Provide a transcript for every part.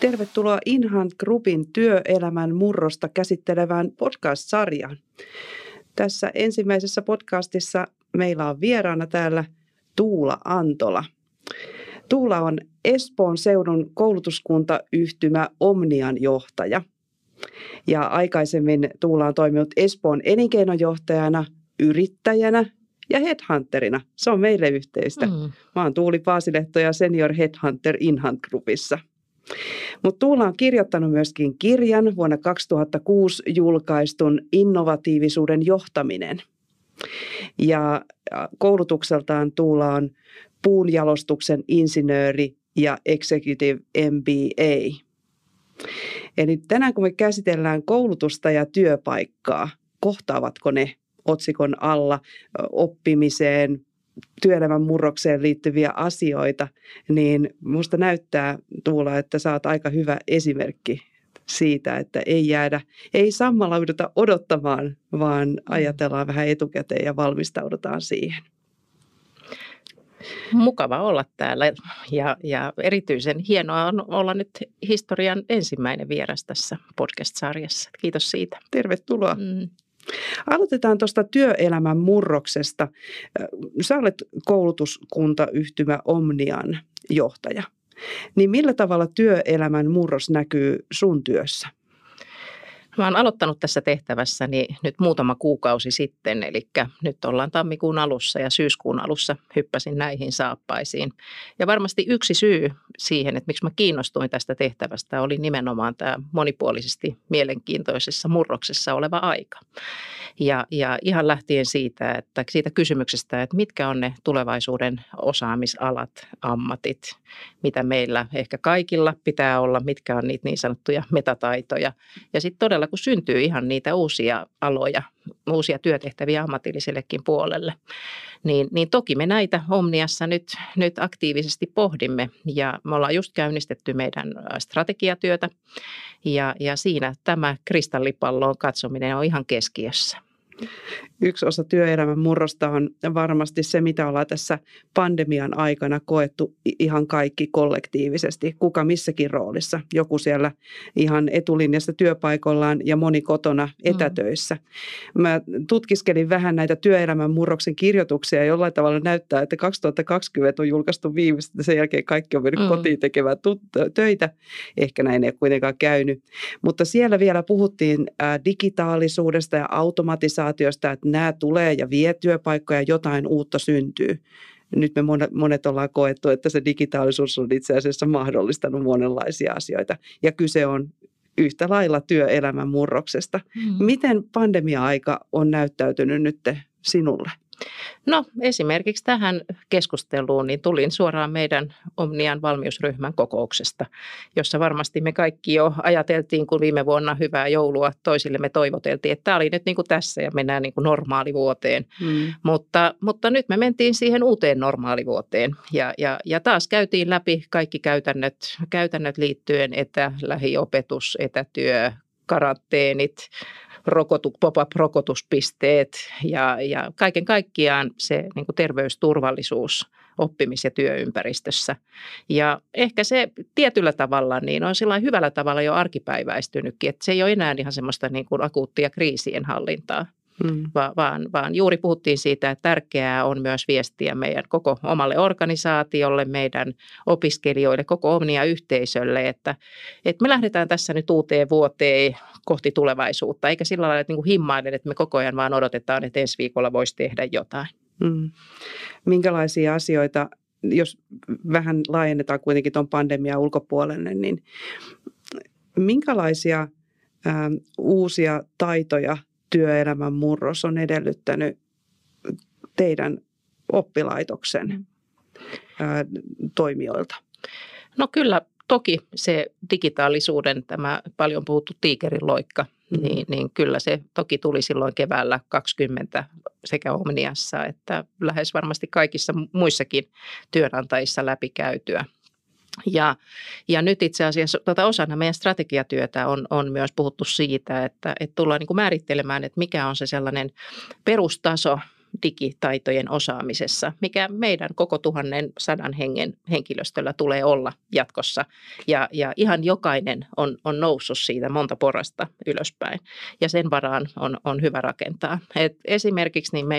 Tervetuloa Inhant Groupin työelämän murrosta käsittelevään podcast-sarjaan. Tässä ensimmäisessä podcastissa meillä on vieraana täällä Tuula Antola. Tuula on Espoon seudun koulutuskuntayhtymä Omnian johtaja. Ja aikaisemmin Tuula on toiminut Espoon elinkeinojohtajana, yrittäjänä ja headhunterina. Se on meille yhteistä. Mä oon Tuuli Paasilehto ja senior headhunter Inhant Groupissa. Mutta Tuula on kirjoittanut myöskin kirjan vuonna 2006 julkaistun Innovatiivisuuden johtaminen. Ja koulutukseltaan Tuula on puunjalostuksen insinööri ja executive MBA. Eli tänään kun me käsitellään koulutusta ja työpaikkaa, kohtaavatko ne otsikon alla oppimiseen, työelämän murrokseen liittyviä asioita, niin musta näyttää, Tuula, että sä oot aika hyvä esimerkki siitä, että ei sammalauduta odottamaan, vaan ajatellaan vähän etukäteen ja valmistaudutaan siihen. Mukava olla täällä ja erityisen hienoa on olla nyt historian ensimmäinen vieras tässä podcast-sarjassa. Kiitos siitä. Tervetuloa. Aloitetaan tuosta työelämän murroksesta. Sä olet koulutuskuntayhtymä Omnian johtaja. Niin millä tavalla työelämän murros näkyy sun työssä? Mä oon aloittanut tässä tehtävässäni nyt muutama kuukausi sitten, eli nyt ollaan tammikuun alussa ja syyskuun alussa hyppäsin näihin saappaisiin. Ja varmasti yksi syy siihen, että miksi mä kiinnostuin tästä tehtävästä, oli nimenomaan tämä monipuolisesti mielenkiintoisessa murroksessa oleva aika. Ja ihan lähtien siitä kysymyksestä, että mitkä on ne tulevaisuuden osaamisalat, ammatit, mitä meillä ehkä kaikilla pitää olla, mitkä on niitä niin sanottuja metataitoja. Ja sitten todella, kun syntyy ihan niitä uusia aloja, uusia työtehtäviä ammatillisellekin puolelle, niin toki me näitä Omniassa nyt aktiivisesti pohdimme. Ja me ollaan just käynnistetty meidän strategiatyötä ja siinä tämä kristallipallon katsominen on ihan keskiössä. Yksi osa työelämän murrosta on varmasti se, mitä ollaan tässä pandemian aikana koettu ihan kaikki kollektiivisesti, kuka missäkin roolissa. Joku siellä ihan etulinjassa työpaikollaan ja moni kotona etätöissä. Mä tutkiskelin vähän näitä työelämän murroksen kirjoituksia ja jollain tavalla näyttää, että 2020 on julkaistu viimeistä, sen jälkeen kaikki on mennyt kotiin tekemään töitä. Ehkä näin ei kuitenkaan käynyt. Mutta siellä vielä puhuttiin digitaalisuudesta ja automatisaatiosta, että nämä tulee ja vie työpaikkoja, jotain uutta syntyy. Nyt me monet ollaan koettu, että se digitaalisuus on itse asiassa mahdollistanut monenlaisia asioita. Ja kyse on yhtä lailla työelämän murroksesta. Miten pandemia-aika on näyttäytynyt nyt sinulle? No esimerkiksi tähän keskusteluun niin tulin suoraan meidän Omnian valmiusryhmän kokouksesta, jossa varmasti me kaikki jo ajateltiin, kun viime vuonna hyvää joulua toisillemme toivoteltiin, että tämä oli nyt niin kuin tässä ja mennään niin kuin normaalivuoteen. Mutta nyt me mentiin siihen uuteen normaalivuoteen ja taas käytiin läpi kaikki käytännöt liittyen lähiopetus, etätyö, karanteenit, pop-up-rokotuspisteet ja kaiken kaikkiaan se niin kuin terveysturvallisuus oppimis- ja työympäristössä. Ja ehkä se tietyllä tavalla niin on sillä hyvällä tavalla jo arkipäiväistynytkin, että se ei ole enää ihan semmoista niin kuin akuuttia kriisien hallintaa. Vaan juuri puhuttiin siitä, että tärkeää on myös viestiä meidän koko omalle organisaatiolle, meidän opiskelijoille, koko Omnia-yhteisölle, että me lähdetään tässä nyt uuteen vuoteen kohti tulevaisuutta, eikä sillä lailla niin kuin himmailen, että me koko ajan vaan odotetaan, että ensi viikolla voisi tehdä jotain. Minkälaisia asioita, jos vähän laajennetaan kuitenkin tuon pandemian ulkopuolelle, niin minkälaisia uusia taitoja työelämän murros on edellyttänyt teidän oppilaitoksen toimijoilta? No kyllä toki se digitaalisuuden, tämä paljon puhuttu tiikerin loikka, niin kyllä se toki tuli silloin keväällä 2020 sekä Omniassa että lähes varmasti kaikissa muissakin työnantajissa läpikäytyä. Ja nyt itse asiassa osana meidän strategiatyötä on myös puhuttu siitä, että tullaan niin kuin määrittelemään, että mikä on se sellainen perustaso, digitaitojen osaamisessa, mikä meidän koko 1100 hengen henkilöstöllä tulee olla jatkossa. Ja ihan jokainen on noussut siitä monta porrasta ylöspäin ja sen varaan on hyvä rakentaa. Et esimerkiksi niin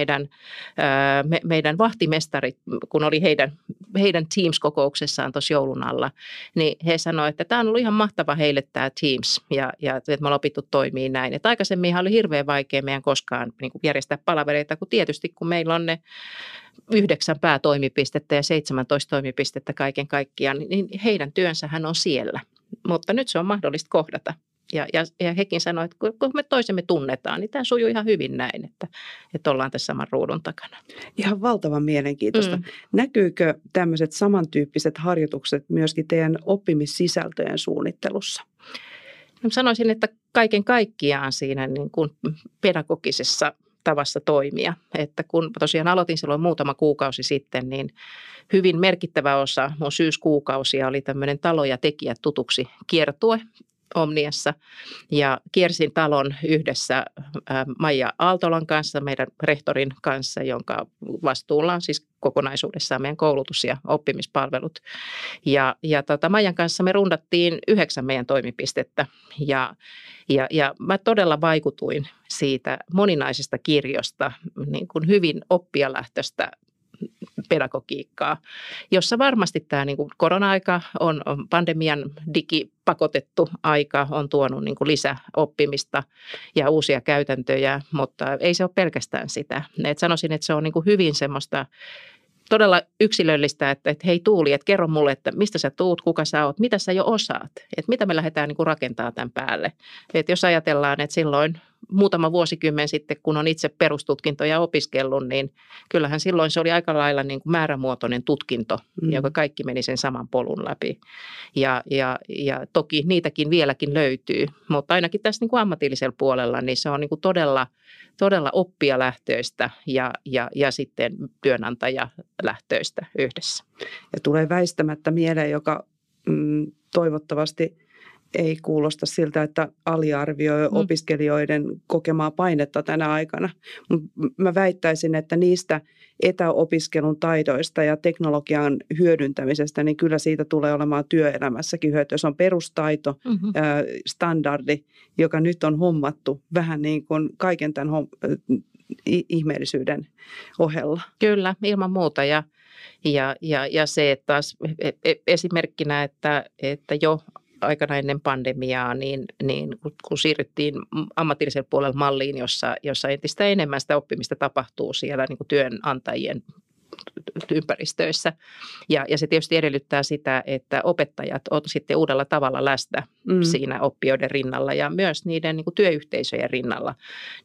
meidän vahtimestarit, kun oli heidän Teams-kokouksessaan tuossa joulun alla, niin he sanoivat, että tämä on ollut ihan mahtava heille tämä Teams ja että me ollaan opittu toimii näin. Et aikaisemminhan oli hirveän vaikea meidän koskaan niin kuin järjestää palavereita, kun tietysti kun meillä on ne 9 päätoimipistettä ja 17 toimipistettä kaiken kaikkiaan, niin heidän työnsähän on siellä. Mutta nyt se on mahdollista kohdata. Ja hekin sanoivat, että kun me toisemme tunnetaan, niin tämä sujuu ihan hyvin näin, että ollaan tässä saman ruudun takana. Ihan valtavan mielenkiintoista. Näkyykö tämmöiset samantyyppiset harjoitukset myöskin teidän oppimissisältöjen suunnittelussa? Sanoisin, että kaiken kaikkiaan siinä niin kuin pedagogisessa tavassa toimia. Että kun tosiaan aloitin silloin muutama kuukausi sitten, niin hyvin merkittävä osa mun syyskuukausia oli tämmöinen talo ja tekijät tutuksi kiertue Omniassa. Ja kiersin talon yhdessä Maija Aaltolan kanssa, meidän rehtorin kanssa, jonka vastuulla on siis kokonaisuudessaan meidän koulutus- ja oppimispalvelut. Ja Maijan kanssa me rundattiin 9 meidän toimipistettä ja mä todella vaikutuin siitä moninaisesta kirjosta, niin kuin hyvin oppijalähtöistä pedagogiikkaa, jossa varmasti tämä niin kuin korona-aika on pandemian digipakotettu aika, on tuonut niin kuin lisäoppimista ja uusia käytäntöjä, mutta ei se ole pelkästään sitä. Et sanoisin, että se on niin kuin hyvin semmoista todella yksilöllistä, että hei Tuuli, että kerro mulle, että mistä sä tuut, kuka sä oot, mitä sä jo osaat, että mitä me lähdetään niin kuin rakentaa tämän päälle. Että jos ajatellaan, että silloin muutama vuosikymmen sitten, kun on itse perustutkintoja opiskellut, niin kyllähän silloin se oli aika lailla niin kuin määrämuotoinen tutkinto, joka kaikki meni sen saman polun läpi. Ja toki niitäkin vieläkin löytyy, mutta ainakin tässä niin kuin ammatillisella puolella, niin se on niin kuin todella oppijalähtöistä ja sitten työnantajalähtöistä yhdessä. Ja tulee väistämättä mieleen, joka toivottavasti ei kuulosta siltä, että aliarvioi opiskelijoiden kokemaa painetta tänä aikana. Mä väittäisin, että niistä etäopiskelun taidoista ja teknologian hyödyntämisestä, niin kyllä siitä tulee olemaan työelämässäkin hyötyä. Se on perustaito, standardi, joka nyt on hommattu vähän niin kuin kaiken tämän ihmeellisyyden ohella. Kyllä, ilman muuta. Ja se, että taas esimerkkinä, että jo aikana ennen pandemiaa, niin kun siirryttiin ammatillisella puolella malliin, jossa entistä enemmän sitä oppimista tapahtuu siellä niin kuin työnantajien ympäristöissä. Ja se tietysti edellyttää sitä, että opettajat ovat sitten uudella tavalla läsnä siinä oppijoiden rinnalla ja myös niiden niin kuin työyhteisöjen rinnalla.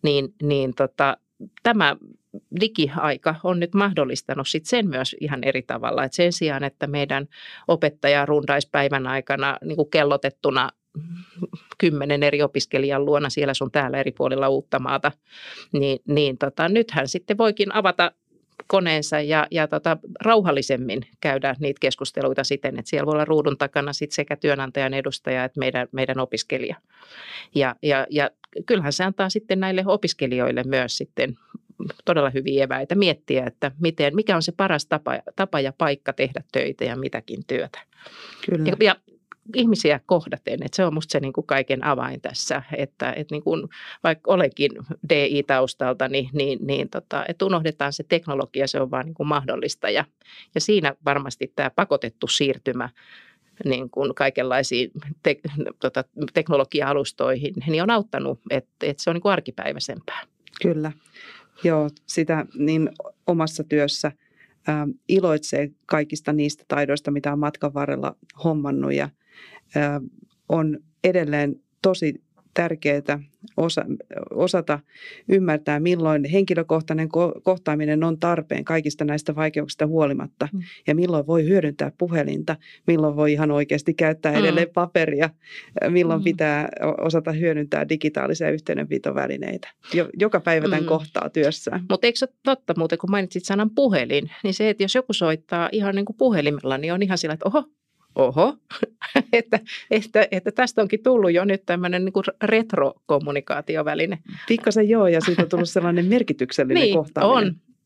Tämä digiaika on nyt mahdollistanut sit sen myös ihan eri tavalla. Et sen sijaan, että meidän opettaja rundaisi päivän aikana niin kuin kellotettuna 10 eri opiskelijan luona siellä sun täällä eri puolilla Uuttamaata, niin nythän sitten voikin avata koneensa ja rauhallisemmin käydä niitä keskusteluita siten, että siellä voi olla ruudun takana sit sekä työnantajan edustaja että meidän opiskelija. Ja kyllähän se antaa sitten näille opiskelijoille myös sitten todella hyviä eväitä miettiä, että mikä on se paras tapa ja paikka tehdä töitä ja mitäkin työtä. Kyllä. Ja ihmisiä kohdaten, että se on musta se niin kuin kaiken avain tässä, että niin kuin, vaikka olenkin DI-taustalta, että unohdetaan se teknologia, se on vaan niin kuin mahdollista ja siinä varmasti tämä pakotettu siirtymä niin kuin kaikenlaisiin teknologia-alustoihin, niin on auttanut, että se on niin kuin arkipäiväisempää. Kyllä. Joo, sitä niin omassa työssä iloitsee kaikista niistä taidoista, mitä on matkan varrella hommannut ja on edelleen tosi tärkeää osata ymmärtää, milloin henkilökohtainen kohtaaminen on tarpeen kaikista näistä vaikeuksista huolimatta ja milloin voi hyödyntää puhelinta, milloin voi ihan oikeasti käyttää edelleen paperia, milloin pitää osata hyödyntää digitaalisia yhteydenpitovälineitä. Joka päivä tämän kohtaa työssään. Mutta eikö se ole totta muuten, kun mainitsit sanan puhelin, niin se, että jos joku soittaa ihan niin kuin puhelimella, niin on ihan sillä, että oho, että tästä onkin tullut jo nyt tämmöinen niin kuin retrokommunikaatioväline. Pikkasen joo, ja siitä on tullut sellainen merkityksellinen kohtaaminen.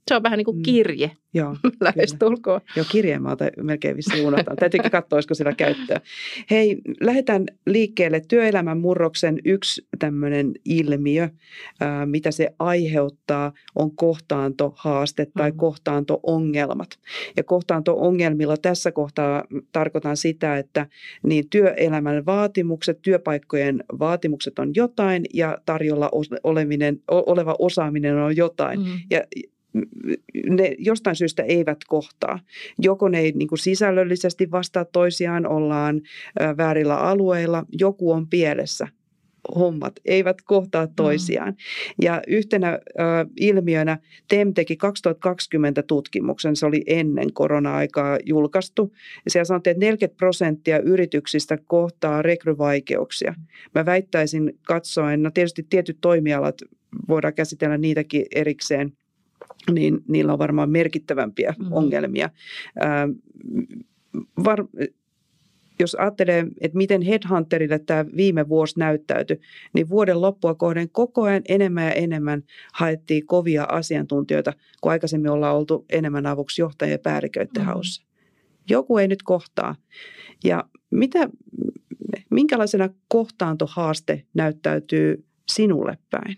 Se on vähän niin kuin kirje. Joo, lähestulkoon. Joo, kirjeenmaalta melkein vissiin unohtaa. Täytyykin katsoa, olisiko sillä käyttöä. Hei, lähdetään liikkeelle. Työelämän murroksen yksi tämmöinen ilmiö, mitä se aiheuttaa, on kohtaantohaaste tai kohtaanto-ongelmat. Ja kohtaanto-ongelmilla tässä kohtaa tarkoitan sitä, että niin työelämän vaatimukset, työpaikkojen vaatimukset on jotain ja tarjolla oleva osaaminen on jotain. Ja ne jostain syystä eivät kohtaa. Joko ne ei niin kuin sisällöllisesti vastaa toisiaan, ollaan väärillä alueilla, joku on pielessä. Hommat eivät kohtaa toisiaan. Ja yhtenä ilmiönä TEM teki 2020 tutkimuksen, se oli ennen korona-aikaa julkaistu. Siellä sanottiin, että 40% yrityksistä kohtaa rekryvaikeuksia. Mä väittäisin katsoen, no tietysti tietyt toimialat, voidaan käsitellä niitäkin erikseen, niin niillä on varmaan merkittävämpiä ongelmia. Jos ajattelee, että miten Headhunterille tämä viime vuosi näyttäytyi, niin vuoden loppua kohden koko ajan enemmän ja enemmän haettiin kovia asiantuntijoita, kun aikaisemmin ollaan oltu enemmän avuksi johtajien ja päälliköiden haussa. Joku ei nyt kohtaa. Ja minkälaisena kohtaantohaaste näyttäytyy sinulle päin?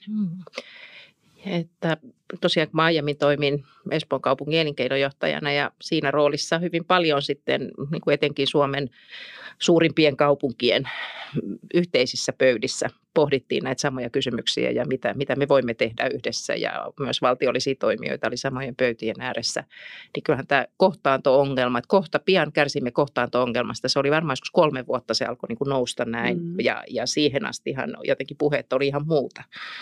Että tosiaan kun mä aiemmin toimin Espoon kaupungin elinkeinojohtajana ja siinä roolissa hyvin paljon sitten niin kuin etenkin Suomen suurimpien kaupunkien yhteisissä pöydissä pohdittiin näitä samoja kysymyksiä ja mitä me voimme tehdä yhdessä ja myös valtiollisia toimijoita oli samojen pöytien ääressä. Niin kyllähän tämä kohtaanto-ongelma, että kohta pian kärsimme kohtaanto-ongelmasta, se oli varmaan joskus 3 vuotta se alkoi niin kuin nousta näin ja siihen astihan jotenkin puheet oli ihan muuta.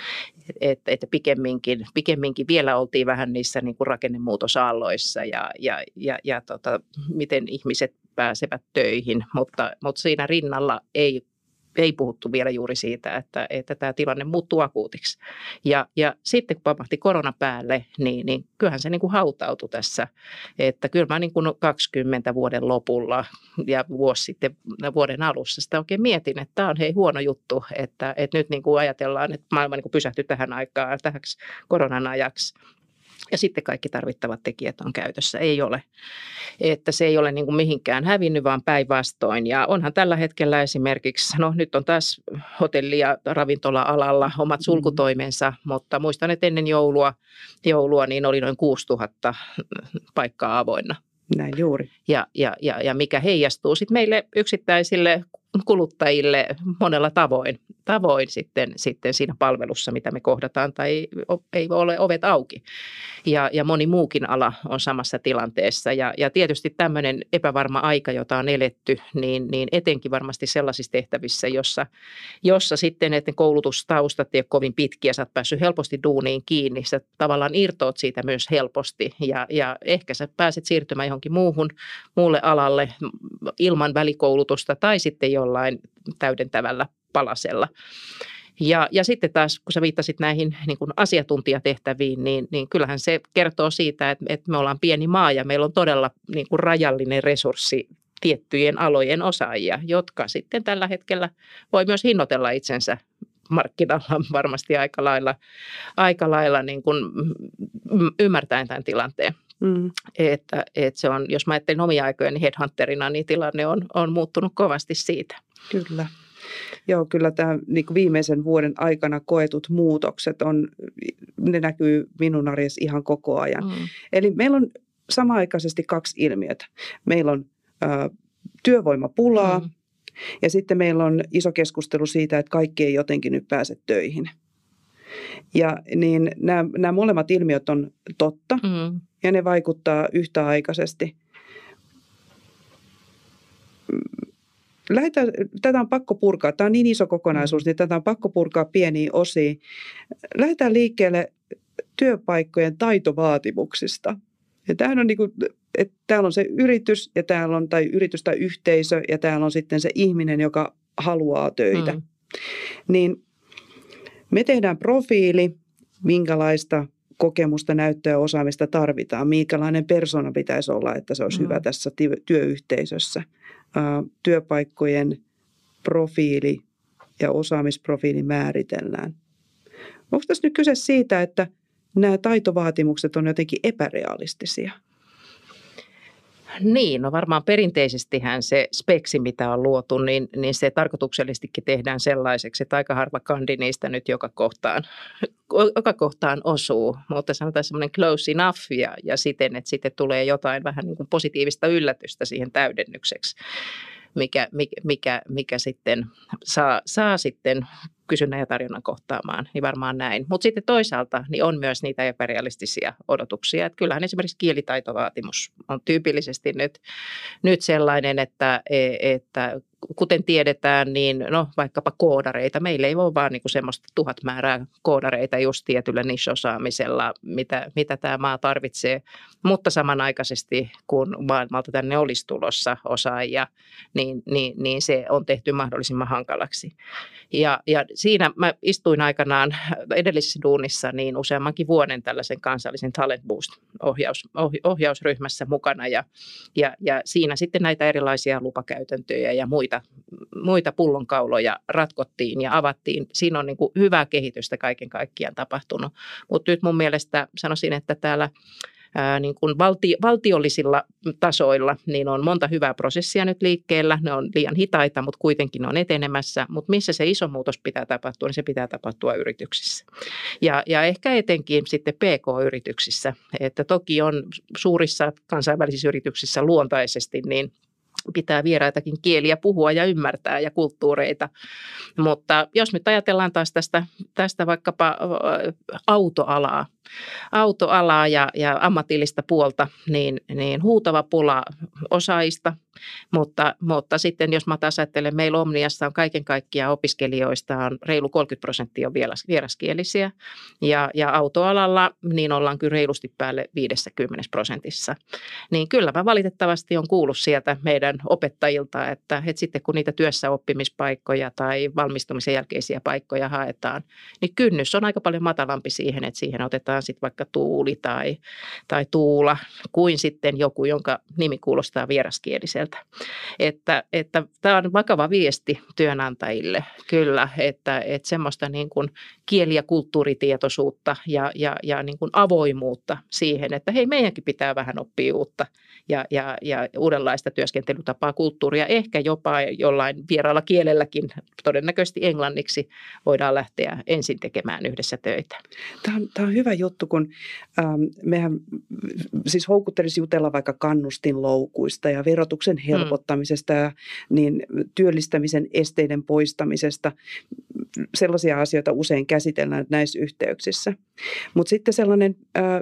Että pikemminkin vielä oltiin vähän niissä niin kuin rakennemuutosaalloissa ja miten ihmiset pääsevät töihin, mutta siinä rinnalla ei puhuttu vielä juuri siitä, että tämä tilanne muuttuu akuutiksi. Ja sitten kun pamahti korona päälle, niin kyllähän se niin kuin hautautui tässä. Että kyllä mä niin kuin 20 vuoden lopulla ja vuosi sitten vuoden alussa sitä oikein mietin, että tämä on huono juttu, että nyt niin kuin ajatellaan, että maailma niin kuin pysähtyi tähän aikaan, tähäksi koronan ajaksi. Ja sitten kaikki tarvittavat tekijät on käytössä. Ei ole. Että se ei ole niin kuin mihinkään hävinnyt, vaan päinvastoin. Ja onhan tällä hetkellä esimerkiksi, no nyt on taas hotelli- ja ravintola-alalla omat sulkutoimensa, mutta muistan, että ennen joulua niin oli noin 6000 paikkaa avoinna. Näin juuri. Ja mikä heijastuu sitten meille yksittäisille kuluttajille monella tavoin sitten siinä palvelussa, mitä me kohdataan tai ei ole ovet auki. Ja moni muukin ala on samassa tilanteessa. Ja tietysti tämmöinen epävarma aika, jota on eletty, niin etenkin varmasti sellaisissa tehtävissä, jossa sitten että koulutustaustat ei ole kovin pitkiä, sä oot päässyt helposti duuniin kiinni, sä tavallaan irtoat siitä myös helposti ja ehkä sä pääset siirtymään johonkin muulle alalle ilman välikoulutusta tai sitten jollain täydentävällä palasella. Ja sitten taas, kun sä viittasit näihin niin kuin asiantuntijatehtäviin, niin kyllähän se kertoo siitä, että me ollaan pieni maa ja meillä on todella niin kuin rajallinen resurssi tiettyjen alojen osaajia, jotka sitten tällä hetkellä voi myös hinnoitella itsensä markkinalla varmasti aika lailla niin kuin ymmärtäen tämän tilanteen. Että se on, jos mä ajattelin omia aikojani headhunterina, niin tilanne on muuttunut kovasti siitä. Kyllä. Joo, kyllä tämä niin kuin viimeisen vuoden aikana koetut muutokset ne näkyy minun arjessa ihan koko ajan. Eli meillä on samaaikaisesti 2 ilmiötä. Meillä on työvoimapulaa ja sitten meillä on iso keskustelu siitä, että kaikki ei jotenkin nyt pääse töihin. Ja niin nämä molemmat ilmiöt on totta ja ne vaikuttaa yhtäaikaisesti. Tätä on pakko purkaa. Tämä on niin iso kokonaisuus, niin tätä on pakko purkaa pieniin osiin. Lähdetään liikkeelle työpaikkojen taitovaatimuksista. Ja tämähän on niin kuin, että täällä on se yritys ja täällä on tai yritys tai yhteisö ja täällä on sitten se ihminen, joka haluaa töitä. Niin me tehdään profiili, minkälaista kokemusta, näyttöä ja osaamista tarvitaan. Minkälainen persona pitäisi olla, että se olisi hyvä tässä työyhteisössä. Työpaikkojen profiili ja osaamisprofiili määritellään. Onko tässä nyt kyse siitä, että nämä taitovaatimukset on jotenkin epärealistisia? Niin, no varmaan perinteisestihän se speksi, mitä on luotu, niin se tarkoituksellisestikin tehdään sellaiseksi, että aika harva kandi niistä nyt joka kohtaan osuu. Mutta sanotaan semmoinen close enough ja siten, että sitten tulee jotain vähän niin kuin positiivista yllätystä siihen täydennykseksi, mikä sitten saa sitten kysynnän ja tarjonnan kohtaamaan, niin varmaan näin. Mutta sitten toisaalta niin on myös niitä epärealistisia odotuksia. Että kyllähän esimerkiksi kielitaitovaatimus on tyypillisesti nyt sellainen, että kuten tiedetään, niin vaikkapa koodareita. Meillä ei ole vaan niin kuin semmoista 1000 määrää koodareita just tietyllä niche-osaamisella, mitä tämä maa tarvitsee. Mutta samanaikaisesti, kun maailmalta tänne olisi tulossa osaajia, niin se on tehty mahdollisimman hankalaksi. Ja siinä mä istuin aikanaan edellisessä duunissa niin useammankin vuoden tällaisen kansallisen Talent Boost-ohjausryhmässä mukana. Ja siinä sitten näitä erilaisia lupakäytäntöjä ja muita pullonkauloja ratkottiin ja avattiin. Siinä on niin kuin hyvää kehitystä kaiken kaikkiaan tapahtunut. Mutta nyt mun mielestä sanoisin, että täällä niin kuin valtiollisilla tasoilla niin on monta hyvää prosessia nyt liikkeellä. Ne on liian hitaita, mutta kuitenkin ne on etenemässä. Mutta missä se iso muutos pitää tapahtua, niin se pitää tapahtua yrityksissä. Ja ehkä etenkin sitten PK-yrityksissä. Että toki on suurissa kansainvälisissä yrityksissä luontaisesti niin pitää vieraitakin kieliä puhua ja ymmärtää ja kulttuureita. Mutta jos nyt ajatellaan taas tästä vaikkapa autoalaa ja ammatillista puolta, niin huutava pula osaajista. Mutta sitten jos mä taas ajattelen, meillä Omniassa on kaiken kaikkiaan opiskelijoista on reilu 30% on vieraskielisiä. Ja autoalalla niin ollaan kyllä reilusti päälle 50%. Niin kyllä mä valitettavasti on kuullut sieltä meidän opettajilta, että sitten kun niitä työssäoppimispaikkoja tai valmistumisen jälkeisiä paikkoja haetaan, niin kynnys on aika paljon matalampi siihen, että siihen otetaan sitten vaikka Tuuli tai Tuula kuin sitten joku, jonka nimi kuulostaa vieraskieliseltä. Että tämä on vakava viesti työnantajille kyllä, että semmoista niin kuin kieli- ja kulttuuritietoisuutta ja niin kuin avoimuutta siihen, että hei, meidänkin pitää vähän oppia uutta ja uudenlaista työskentelytapaa, kulttuuria, ehkä jopa jollain vieraalla kielelläkin, todennäköisesti englanniksi, voidaan lähteä ensin tekemään yhdessä töitä. Tämä on hyvä juttu, kun mehän siis houkuttelisi jutella vaikka kannustinloukuista ja verotuksen helpottamisesta ja niin työllistämisen esteiden poistamisesta. Sellaisia asioita usein käsitellään näissä yhteyksissä. Mutta sitten sellainen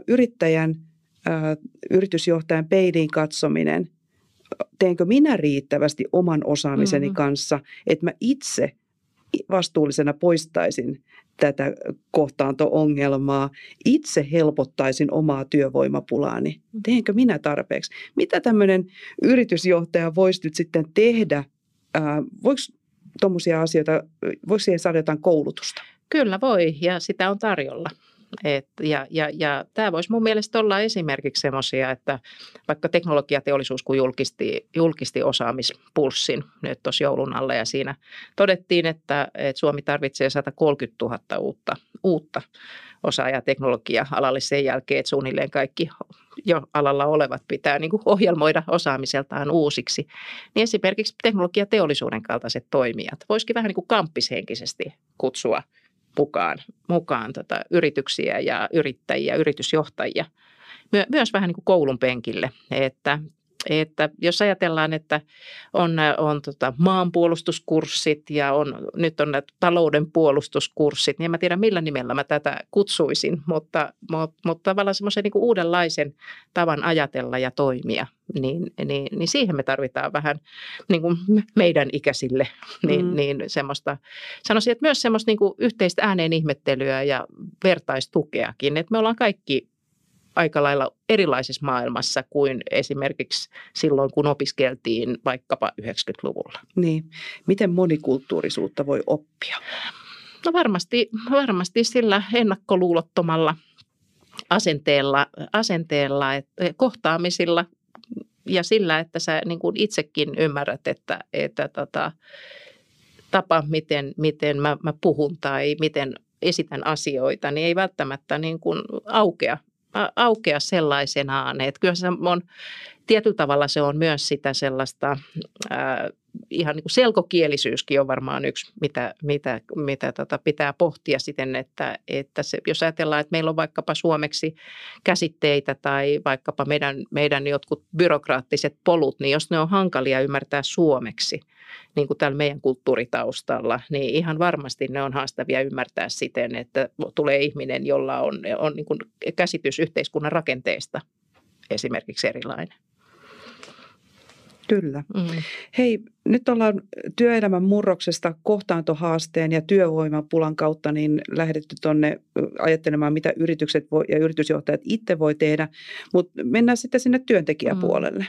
yritysjohtajan peiliin katsominen, teenkö minä riittävästi oman osaamiseni kanssa, että mä itse vastuullisena poistaisin tätä kohtaanto-ongelmaa, itse helpottaisin omaa työvoimapulaani. Teenkö minä tarpeeksi? Mitä tämmöinen yritysjohtaja voisi nyt sitten tehdä? Voiko tuommoisia asioita, voiko siihen saada jotain koulutusta? Kyllä voi, ja sitä on tarjolla. Ja tämä voisi mun mielestä olla esimerkiksi semmoisia, että vaikka teknologiateollisuus kun julkisti osaamispulssin nyt tuossa joulun alla ja siinä todettiin, että Suomi tarvitsee 130 000 uutta osaajaa teknologia-alalle sen jälkeen, että suunnilleen kaikki jo alalla olevat pitää niin kuin ohjelmoida osaamiseltaan uusiksi. Niin esimerkiksi teknologiateollisuuden kaltaiset toimijat voisikin vähän niin kuin kamppishenkisesti kutsua mukaan yrityksiä ja yrittäjiä, yritysjohtajia, myös vähän niin kuin koulun penkille, että jos ajatellaan, että on maanpuolustuskurssit ja nyt on talouden puolustuskurssit, niin en mä tiedä millä nimellä mä tätä kutsuisin, mutta tavallaan semmoisen niin kuin uudenlaisen tavan ajatella ja toimia, niin siihen me tarvitaan vähän niin kuin meidän ikäisille niin semmoista, sanoisin, että myös semmoista niin kuin yhteistä ääneen ihmettelyä ja vertaistukeakin, että me ollaan kaikki aika lailla erilaisessa maailmassa kuin esimerkiksi silloin, kun opiskeltiin vaikkapa 90-luvulla. Niin. Miten monikulttuurisuutta voi oppia? No varmasti sillä ennakkoluulottomalla asenteella kohtaamisilla ja sillä, että sä niin kuin itsekin ymmärrät, että tapa, miten mä puhun tai miten esitän asioita, niin ei välttämättä niin kuin aukea sellaisenaan. Että kyllä se on, tietyllä tavalla se on myös sitä sellaista, ihan niin kuin selkokielisyyskin on varmaan yksi, mitä pitää pohtia siten, että se, jos ajatellaan, että meillä on vaikkapa suomeksi käsitteitä tai vaikkapa meidän jotkut byrokraattiset polut, niin jos ne on hankalia ymmärtää suomeksi, niin kuin täällä meidän kulttuuritaustalla, niin ihan varmasti ne on haastavia ymmärtää siten, että tulee ihminen, jolla on niin kuin käsitys yhteiskunnan rakenteesta esimerkiksi erilainen. Kyllä. Hei, nyt ollaan työelämän murroksesta kohtaantohaasteen ja työvoimapulan kautta niin lähdetty tuonne ajattelemaan, mitä yritykset ja yritysjohtajat itse voi tehdä, mutta mennään sitten sinne työntekijäpuolelle.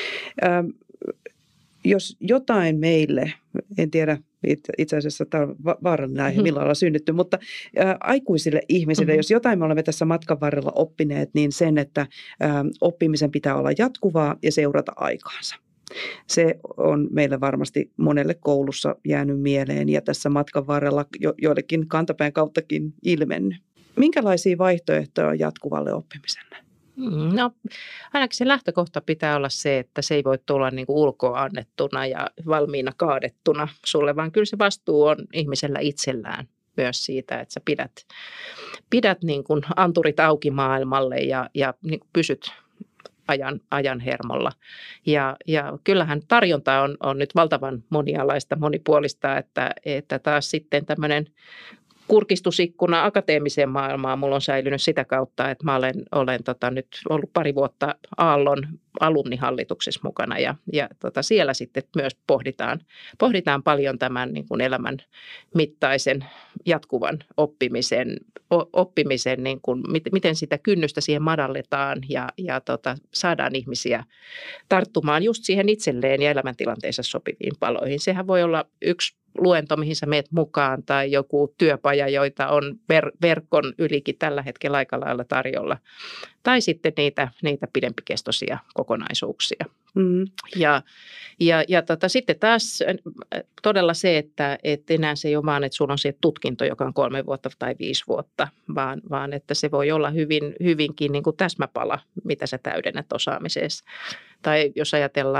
Jos jotain meille, en tiedä itse asiassa tämä on vaarallinen aihe, millä ollaan synnytty, mutta aikuisille ihmisille, jos jotain me olemme tässä matkan varrella oppineet, niin sen, että oppimisen pitää olla jatkuvaa ja seurata aikaansa. Se on meille varmasti monelle koulussa jäänyt mieleen ja tässä matkan varrella joillekin kantapään kauttakin ilmennyt. Minkälaisia vaihtoehtoja on jatkuvalle oppimiselle? No, ainakin se lähtökohta pitää olla se, että se ei voi tulla niin kuin ulkoa annettuna ja valmiina kaadettuna sulle, vaan kyllä se vastuu on ihmisellä itsellään myös siitä, että sä pidät niin kuin anturit auki maailmalle ja niin kuin pysyt ajan hermolla. Ja kyllähän tarjonta on nyt valtavan monialaista, monipuolista, että taas sitten tämmöinen kurkistusikkuna akateemiseen maailmaan mulla on säilynyt sitä kautta, että mä olen nyt ollut pari vuotta Aallon alumnihallituksessa mukana ja siellä sitten myös pohditaan paljon tämän niin kuin elämän mittaisen jatkuvan oppimisen niin kuin, miten sitä kynnystä siihen madalletaan ja saadaan ihmisiä tarttumaan just siihen itselleen ja elämäntilanteensa sopiviin paloihin. Sehän voi olla yksi luento, mihin sä meet mukaan tai joku työpaja, joita on verkon ylikin tällä hetkellä aika lailla tarjolla. Tai sitten niitä pidempikestoisia kokonaisuuksia. Ja sitten taas todella se, että enää se ei ole vaan, että sulla on se tutkinto, joka on 3 vuotta tai 5 vuotta, vaan että se voi olla hyvinkin niin kuin täsmäpala, mitä sä täydennät osaamisessa. Tai jos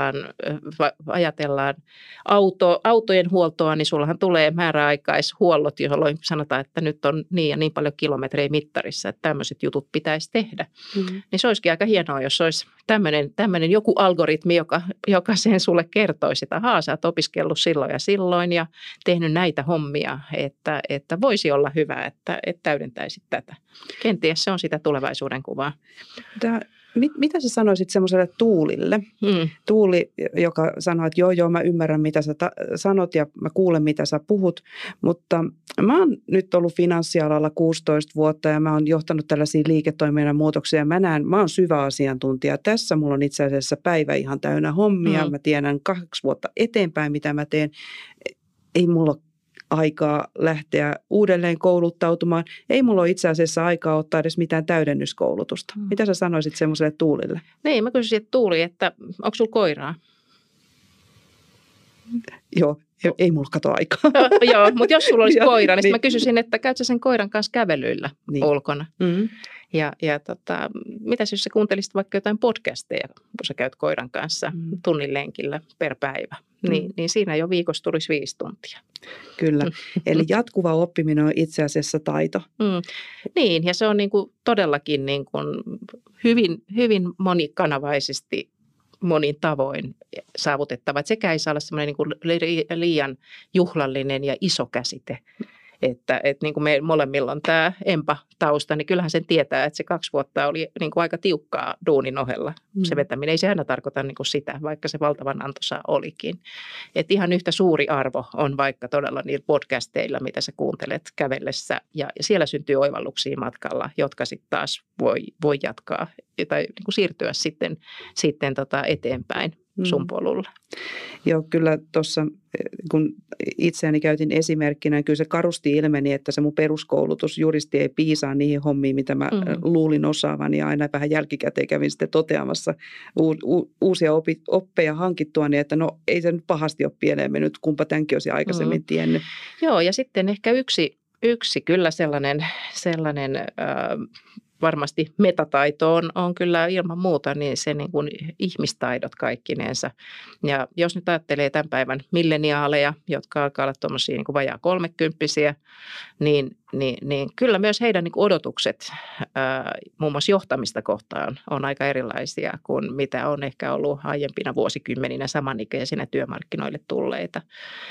ajatellaan autojen huoltoa, niin sullahan tulee määräaikaishuollot, jolloin sanotaan, että nyt on niin ja niin paljon kilometrejä mittarissa, että tämmöiset jutut pitäisi tehdä. Niin se olisikin aika hienoa, jos olisi tämmöinen joku algoritmi, joka sen sulle kertoisi, että sä oot opiskellut silloin ja silloin ja tehnyt näitä hommia, että voisi olla hyvä, että täydentäisit tätä. Kenties se on sitä tulevaisuuden kuvaa. Mitä sä sanoisit semmoiselle Tuulille? Tuuli, joka sanoo, että joo, mä ymmärrän mitä sä sanot ja mä kuulen mitä sä puhut, mutta mä oon nyt ollut finanssialalla 16 vuotta ja mä oon johtanut tällaisia liiketoiminnan muutoksia. Mä oon syvä asiantuntija. Tässä mulla on itse asiassa päivä ihan täynnä hommia. Mä tiedän 2 vuotta eteenpäin mitä mä teen. Ei mulla aikaa lähteä uudelleen kouluttautumaan. Ei mulla ole itse asiassa aikaa ottaa edes mitään täydennyskoulutusta. Mitä sä sanoisit semmoiselle Tuulille? Niin, mä kysyisin, että Tuuli, että onko sulla koiraa? Joo, ei mulla kato aikaa. Joo, mutta jos sulla olisi koira, niin mä kysyisin, että käyt sä sen koiran kanssa kävelyillä ulkona? Ja mitäs jos sä kuuntelisit vaikka jotain podcasteja, kun sä käyt koiran kanssa tunnin lenkillä per päivä? Niin siinä jo viikossa tulisi 5 tuntia. Kyllä, eli jatkuva oppiminen on itse asiassa taito. Niin, ja se on niin kuin todellakin niin kuin hyvin monikanavaisesti monin tavoin saavutettava. Että sekä ei saa olla semmoinen niin kuin liian juhlallinen ja iso käsite. Että niin kuin me molemmilla on tämä EMPA-tausta, niin kyllähän sen tietää, että se 2 vuotta oli niin kuin aika tiukkaa duunin ohella. Se vetäminen ei se aina tarkoita niin kuin sitä, vaikka se valtavan antoisaa olikin. Että ihan yhtä suuri arvo on vaikka todella niillä podcasteilla, mitä sä kuuntelet kävellessä. Ja siellä syntyy oivalluksia matkalla, jotka sitten taas voi jatkaa tai niin kuin siirtyä sitten eteenpäin sun polulla. Joo, kyllä tuossa kun itseäni käytin esimerkkinä, niin kyllä se karusti ilmeni, että se mun peruskoulutus juristi ei piisaa niihin hommiin, mitä mä luulin osaavan ja aina vähän jälkikäteen kävin sitten toteamassa uusia oppeja hankittua, niin että no ei se nyt pahasti ole pieleen mennyt, kumpa tämänkin olisi aikaisemmin tiennyt. Joo, ja sitten ehkä Yksi kyllä sellainen varmasti metataito on kyllä ilman muuta niin se niin kuin ihmistaidot kaikkinensa. Ja jos nyt ajattelee tämän päivän milleniaaleja, jotka alkaa olla tuommoisia niin kuin vajaa 30-vuotiaita, niin kyllä myös heidän niin kuin odotukset muun muassa johtamista kohtaan on aika erilaisia kuin mitä on ehkä ollut aiempina vuosikymmeninä samanikäisinä työmarkkinoille tulleita.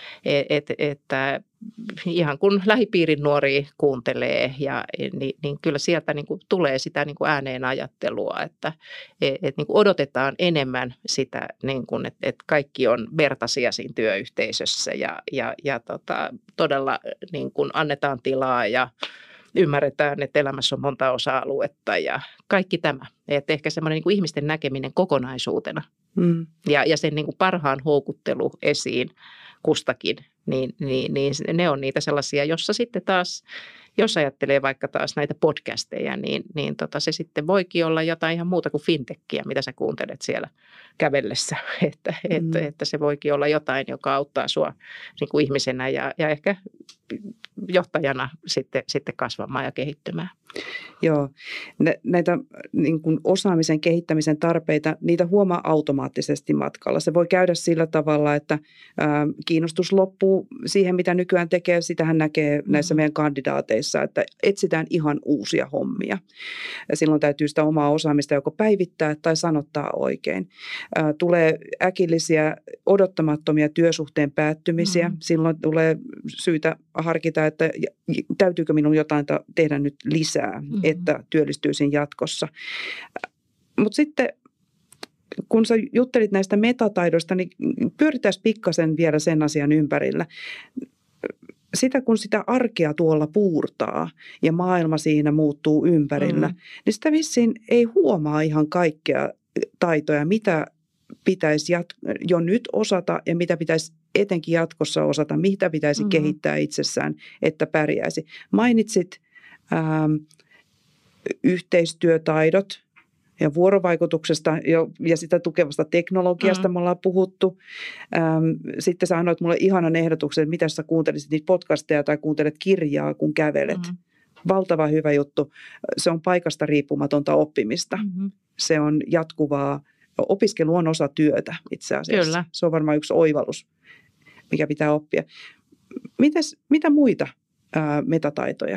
Että ihan kun lähipiirin nuoria kuuntelee, niin kyllä sieltä niin kuin tulee sitä niin kuin ääneen ajattelua, että niin kuin odotetaan enemmän sitä, niin kuin, että kaikki on vertaisia siinä työyhteisössä ja todella niin kuin annetaan tilaa ja ymmärretään, että elämässä on monta osa-aluetta ja kaikki tämä. Että ehkä semmoinen niin kuin ihmisten näkeminen kokonaisuutena ja sen niin kuin parhaan houkuttelu esiin kustakin, niin ne on niitä sellaisia, jossa sitten taas, jos ajattelee vaikka taas näitä podcasteja, niin se sitten voikin olla jotain ihan muuta kuin fintechia, mitä sä kuuntelet siellä kävellessä. Että se voikin olla jotain, joka auttaa sua niin kuin ihmisenä ja ehkä johtajana sitten kasvamaan ja kehittymään. Joo, näitä niin kuin osaamisen kehittämisen tarpeita, niitä huomaa automaattisesti matkalla. Se voi käydä sillä tavalla, että kiinnostus loppuu siihen, mitä nykyään tekee. Sitähän näkee näissä meidän kandidaateissa, että etsitään ihan uusia hommia. Ja silloin täytyy sitä omaa osaamista joko päivittää tai sanottaa oikein. Tulee äkillisiä, odottamattomia työsuhteen päättymisiä. Silloin tulee syytä harkita, että täytyykö minun jotain tehdä nyt lisää, että työllistyisin jatkossa. Mutta sitten kun sä juttelit näistä metataidoista, niin pyöritään pikkasen vielä sen asian ympärillä. Sitä kun sitä arkea tuolla puurtaa ja maailma siinä muuttuu ympärillä, niin sitä vissiin ei huomaa ihan kaikkea taitoja, mitä pitäisi jo nyt osata ja mitä pitäisi etenkin jatkossa osata, mitä pitäisi kehittää itsessään, että pärjäisi. Mainitsit yhteistyötaidot ja vuorovaikutuksesta ja sitä tukevasta teknologiasta me ollaan puhuttu. Sitten sä annoit mulle ihanan ehdotuksen, että mitä sä kuuntelisit niitä podcasteja tai kuuntelet kirjaa, kun kävelet. Valtava hyvä juttu. Se on paikasta riippumatonta oppimista. Se on jatkuvaa. Opiskelu on osa työtä itse asiassa. Kyllä. Se on varmaan yksi oivallus, mikä pitää oppia. Mitä muita metataitoja?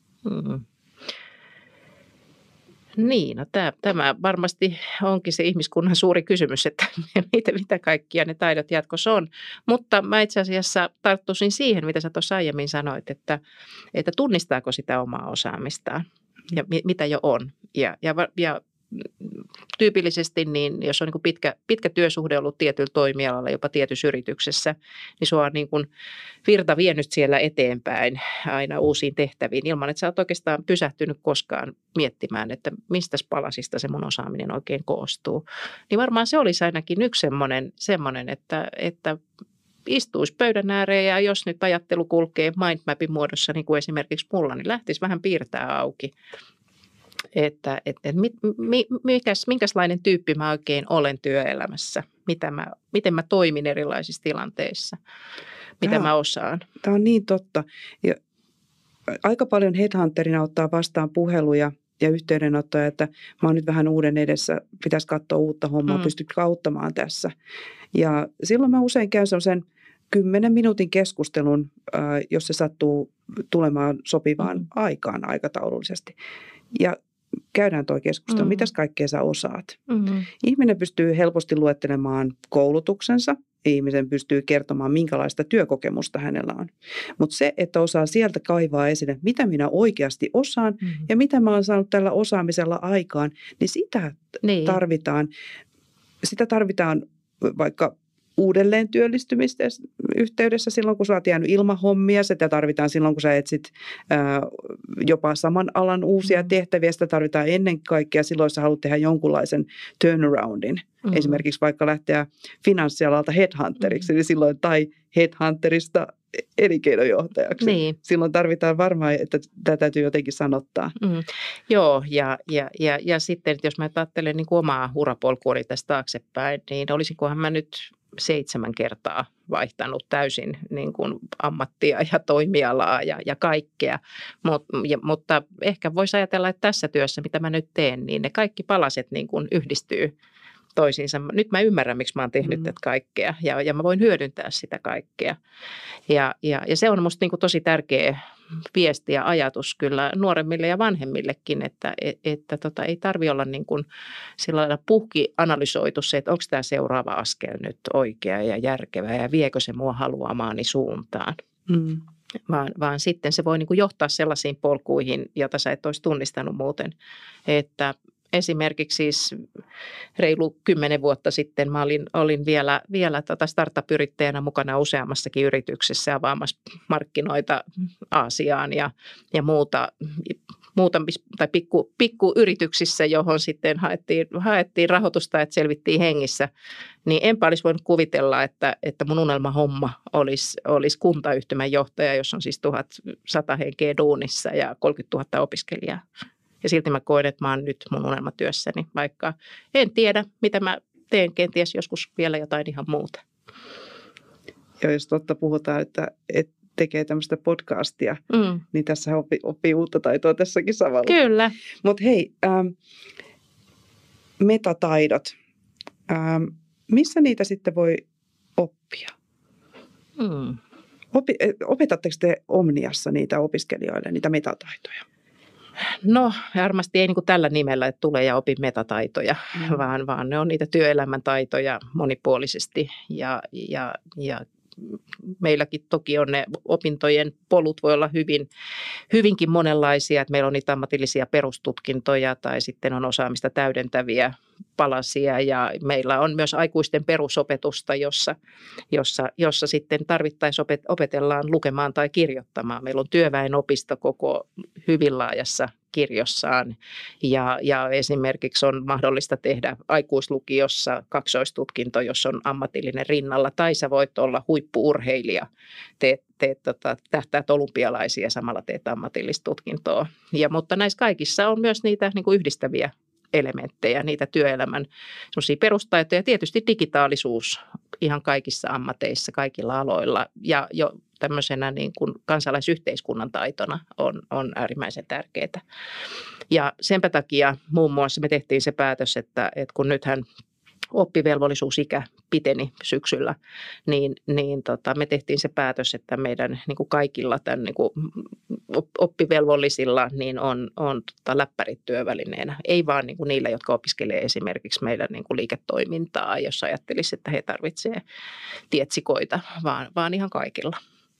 Niin, no tämä varmasti onkin se ihmiskunnan suuri kysymys, että mitä kaikkia ne taidot jatkossa on. Mutta mä itse asiassa tarttuisin siihen, mitä sä tuossa aiemmin sanoit, että tunnistaako sitä omaa osaamistaan ja mitä jo on. Ja tyypillisesti, niin jos on niin kuin pitkä työsuhde ollut tietyllä toimialalla, jopa tietyssä yrityksessä, niin sua on niin kuin virta vienyt siellä eteenpäin aina uusiin tehtäviin ilman, että sä oot oikeastaan pysähtynyt koskaan miettimään, että mistä palasista se mun osaaminen oikein koostuu. Niin varmaan se olisi ainakin yksi semmoinen että istuisi pöydän ääreen ja jos nyt ajattelu kulkee mindmapin muodossa, niin kuin esimerkiksi mulla, niin lähtisi vähän piirtää auki. Että minkälainen tyyppi mä oikein olen työelämässä, miten mä toimin erilaisissa tilanteissa, mitä mä osaan. Tämä on niin totta. Ja aika paljon headhunterina ottaa vastaan puheluja ja yhteydenottoja, että mä oon nyt vähän uuden edessä, pitäisi katsoa uutta hommaa, pystytkö auttamaan tässä. Ja silloin mä usein käyn sen 10 minuutin keskustelun, jos se sattuu tulemaan sopivaan aikaan aikataulullisesti. Ja käydään tuo keskustelu, mitäs kaikkea sä osaat. Ihminen pystyy helposti luettelemaan koulutuksensa, ihmisen pystyy kertomaan, minkälaista työkokemusta hänellä on. Mutta se, että osaa sieltä kaivaa esille, mitä minä oikeasti osaan ja mitä mä oon saanut tällä osaamisella aikaan, niin sitä tarvitaan. Sitä tarvitaan vaikka uudelleen työllistymistä yhteydessä silloin, kun sä oot jäänyt ilman hommia. Sitä tarvitaan silloin, kun sä etsit jopa saman alan uusia tehtäviä. Sitä tarvitaan ennen kaikkea silloin, jos sä haluat tehdä jonkunlaisen turnaroundin. Esimerkiksi vaikka lähteä finanssialalta headhunteriksi, eli silloin tai headhunterista elinkeinojohtajaksi. Niin. Silloin tarvitaan varmaan, että tämä täytyy jotenkin sanottaa. Joo, ja sitten jos mä ajattelen niin kuin omaa urapolkuani tästä taaksepäin, niin olisinkohan mä nyt 7 kertaa vaihtanut täysin niin kuin ammattia ja toimialaa ja kaikkea. Mutta ehkä voisi ajatella, että tässä työssä, mitä mä nyt teen, niin ne kaikki palaset niin kuin yhdistyy toisiinsa. Nyt mä ymmärrän, miksi mä oon tehnyt tätä kaikkea ja mä voin hyödyntää sitä kaikkea. Ja se on musta niin kuin tosi tärkeä viesti ja ajatus kyllä nuoremmille ja vanhemmillekin, että ei tarvitse olla niin kuin sillä lailla puhki analysoitu se, että onko tämä seuraava askel nyt oikea ja järkevä ja viekö se mua haluamaani suuntaan. Vaan sitten se voi niin kuin johtaa sellaisiin polkuihin, jota sä et olisi tunnistanut muuten, että esimerkiksi siis reilu 10 vuotta sitten mä olin vielä startup-yrittäjänä mukana useammassakin yrityksessä avaamassa markkinoita Aasiaan ja muuta tai pikkuyrityksissä, johon sitten haettiin rahoitusta, että selvittiin hengissä. Niin enpä olisi voinut kuvitella, että mun unelmahomma olisi kuntayhtymän johtaja, jossa on siis 1100 henkeä duunissa ja 30 000 opiskelijaa. Ja silti mä koen, että mä oon nyt mun unelmatyössäni, vaikka en tiedä, mitä mä teen, kenties joskus vielä jotain ihan muuta. Ja jos totta puhutaan, että tekee tämmöistä podcastia, niin tässä oppii uutta taitoa tässäkin samalla. Kyllä. Mutta hei, metataidot, missä niitä sitten voi oppia? Opetatteko te Omniassa niitä opiskelijoille, niitä metataitoja? No varmasti ei niin kuin tällä nimellä, että tule ja opi metataitoja, vaan ne on niitä työelämän taitoja monipuolisesti ja meilläkin toki on ne opintojen polut voi olla hyvinkin monenlaisia, että meillä on niitä ammatillisia perustutkintoja tai sitten on osaamista täydentäviä palasia ja meillä on myös aikuisten perusopetusta, jossa sitten tarvittaessa opetellaan lukemaan tai kirjoittamaan. Meillä on työväenopisto koko hyvin laajassa kirjossaan ja esimerkiksi on mahdollista tehdä aikuislukiossa kaksoistutkinto, jos on ammatillinen rinnalla tai sä voit olla huippu-urheilija, tähtäät olympialaisia ja samalla teet ammatillista tutkintoa. Mutta näissä kaikissa on myös niitä niin kuin yhdistäviä elementtejä, niitä työelämän perustaitoja ja tietysti digitaalisuus ihan kaikissa ammateissa, kaikilla aloilla ja jo tämmöisenä niin kuin kansalaisyhteiskunnan taitona on äärimmäisen tärkeää. Ja senpä takia muun muassa me tehtiin se päätös, että kun nythän oppivelvollisuusikä piteni syksyllä, niin me tehtiin se päätös, että meidän niin kuin kaikilla tämän niin kuin oppivelvollisilla niin on läppärit työvälineenä. Ei vaan niin kuin niillä, jotka opiskelee esimerkiksi meidän niin kuin liiketoimintaa, jos ajattelisi, että he tarvitsevat tietsikoita, vaan ihan kaikilla.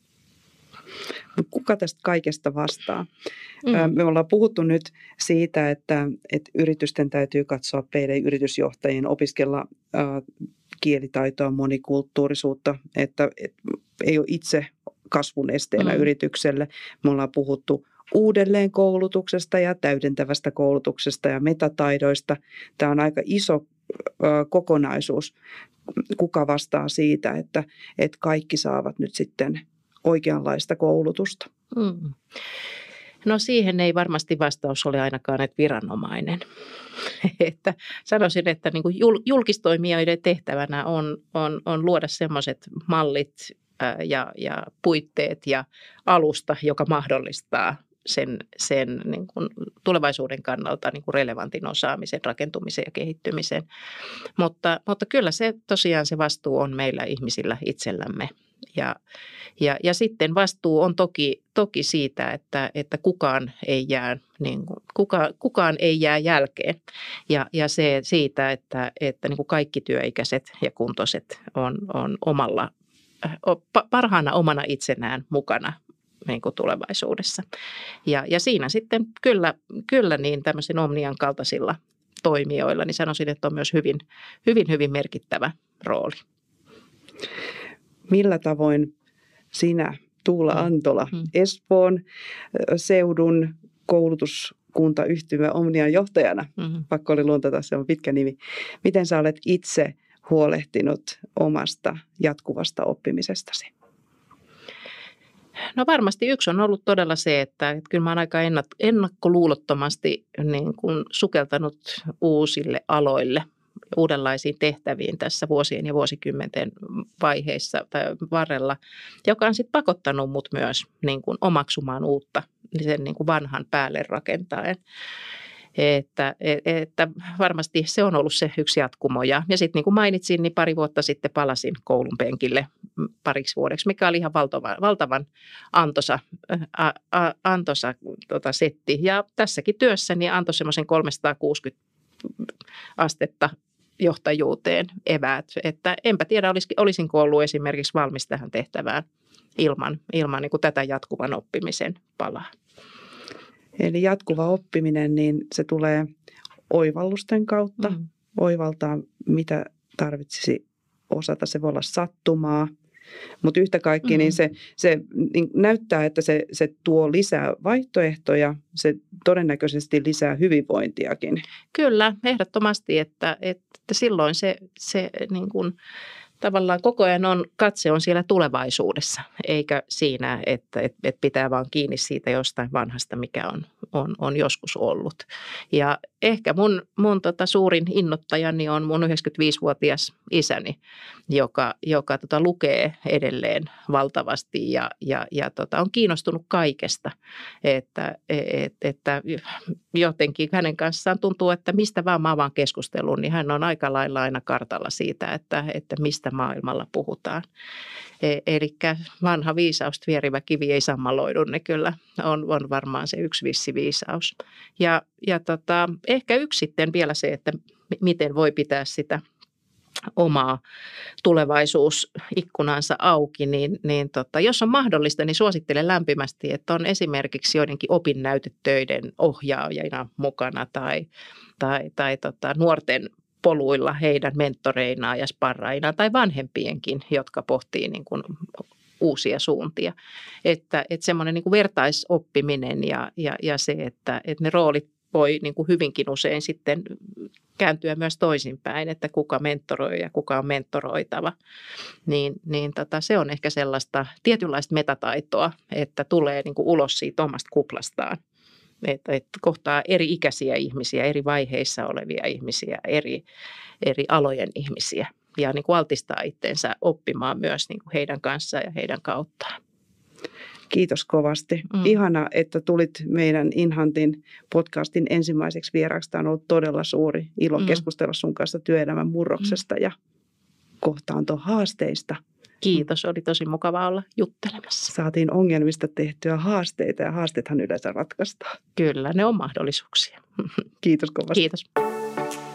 Kuka tästä kaikesta vastaa? Me ollaan puhuttu nyt siitä, että yritysten täytyy katsoa peiliin, yritysjohtajien opiskella kielitaitoa, monikulttuurisuutta, että ei ole itse kasvun esteenä yritykselle. Me ollaan puhuttu uudelleenkoulutuksesta ja täydentävästä koulutuksesta ja metataidoista. Tämä on aika iso kokonaisuus. Kuka vastaa siitä, että kaikki saavat nyt sitten oikeanlaista koulutusta? No siihen ei varmasti vastaus ole ainakaan, että viranomainen. Että sanoisin, että niin kuin julkistoimijoiden tehtävänä on luoda sellaiset mallit ja puitteet ja alusta, joka mahdollistaa sen niin kuin tulevaisuuden kannalta niin kuin relevantin osaamisen, rakentumisen ja kehittymisen. Mutta kyllä se tosiaan se vastuu on meillä ihmisillä itsellämme. Ja sitten vastuu on toki siitä, että kukaan ei jää, niin kuin, kukaan ei jää jälkeen. Ja se siitä, että niin kuin kaikki työikäiset ja kuntoiset on parhaana omana itsenään mukana niin kuin tulevaisuudessa. Ja siinä sitten kyllä niin tämmöisen Omnian kaltaisilla toimijoilla, niin sanoisin, että on myös hyvin merkittävä rooli. Millä tavoin sinä, Tuula Antola, Espoon seudun koulutuskuntayhtymä Omnian johtajana, pakko oli luontata, se on pitkä nimi, miten sä olet itse huolehtinut omasta jatkuvasta oppimisestasi? No varmasti yksi on ollut todella se, että kyllä mä oon aika ennakkoluulottomasti niin kuin sukeltanut uusille aloille uudenlaisiin tehtäviin tässä vuosien ja vuosikymmenten vaiheissa tai varrella, joka on sitten pakottanut mut myös niin kuin omaksumaan uutta, sen niin kuin vanhan päälle rakentaen. Että varmasti se on ollut se yksi jatkumo. Ja sitten niin kuin mainitsin, niin pari vuotta sitten palasin koulun penkille pariksi vuodeksi, mikä oli ihan valtavan antoisa setti. Ja tässäkin työssä niin antoi semmoisen 360 astetta johtajuuteen eväät. Että enpä tiedä, olisinko ollut esimerkiksi valmis tähän tehtävään ilman niin kuin tätä jatkuvan oppimisen palaa. Eli jatkuva oppiminen, niin se tulee oivallusten kautta. Oivaltaa, mitä tarvitsisi osata. Se voi olla sattumaa, mutta yhtä kaikki niin se niin näyttää, että se tuo lisää vaihtoehtoja. Se todennäköisesti lisää hyvinvointiakin. Kyllä, ehdottomasti, että silloin se niin kuin tavallaan koko ajan katse on siellä tulevaisuudessa, eikä siinä, että pitää vaan kiinni siitä jostain vanhasta, mikä on joskus ollut. Ja ehkä mun suurin innottajani on mun 95-vuotias isäni, joka lukee edelleen valtavasti ja on kiinnostunut kaikesta. Että jotenkin hänen kanssaan tuntuu, että mistä vaan mä avaan keskustelun, niin hän on aika lailla aina kartalla siitä, että mistä maailmalla puhutaan. Eli vanha viisaus, vierivä kivi ei sammaloidu, ne kyllä on varmaan se yksi vissi viisaus. Ja ehkä yksi sitten vielä se, että miten voi pitää sitä omaa tulevaisuusikkunansa auki, niin jos on mahdollista, niin suosittelen lämpimästi, että on esimerkiksi joidenkin opinnäytetöiden ohjaajina mukana tai nuorten poluilla heidän mentoreinaan ja sparrainaan tai vanhempienkin, jotka pohtii niin kuin uusia suuntia. Että semmoinen niin kuin vertaisoppiminen ja se, että ne roolit voi niin kuin hyvinkin usein sitten kääntyä myös toisinpäin, että kuka mentoroi ja kuka on mentoroitava. Niin se on ehkä sellaista tietynlaista metataitoa, että tulee niin kuin ulos siitä omasta kuplastaan. Että kohtaa eri ikäisiä ihmisiä, eri vaiheissa olevia ihmisiä, eri alojen ihmisiä ja niin kuin altistaa itsensä oppimaan myös niin kuin heidän kanssaan ja heidän kauttaan. Kiitos kovasti. Ihana, että tulit meidän Inhantin podcastin ensimmäiseksi vieraaksi. Tämä on ollut todella suuri ilo keskustella sun kanssa työelämän murroksesta ja kohtaantohaasteista. Kiitos, oli tosi mukava olla juttelemassa. Saatiin ongelmista tehtyä haasteita ja haasteethan yleensä ratkaistaan. Kyllä, ne on mahdollisuuksia. Kiitos kovasti. Kiitos.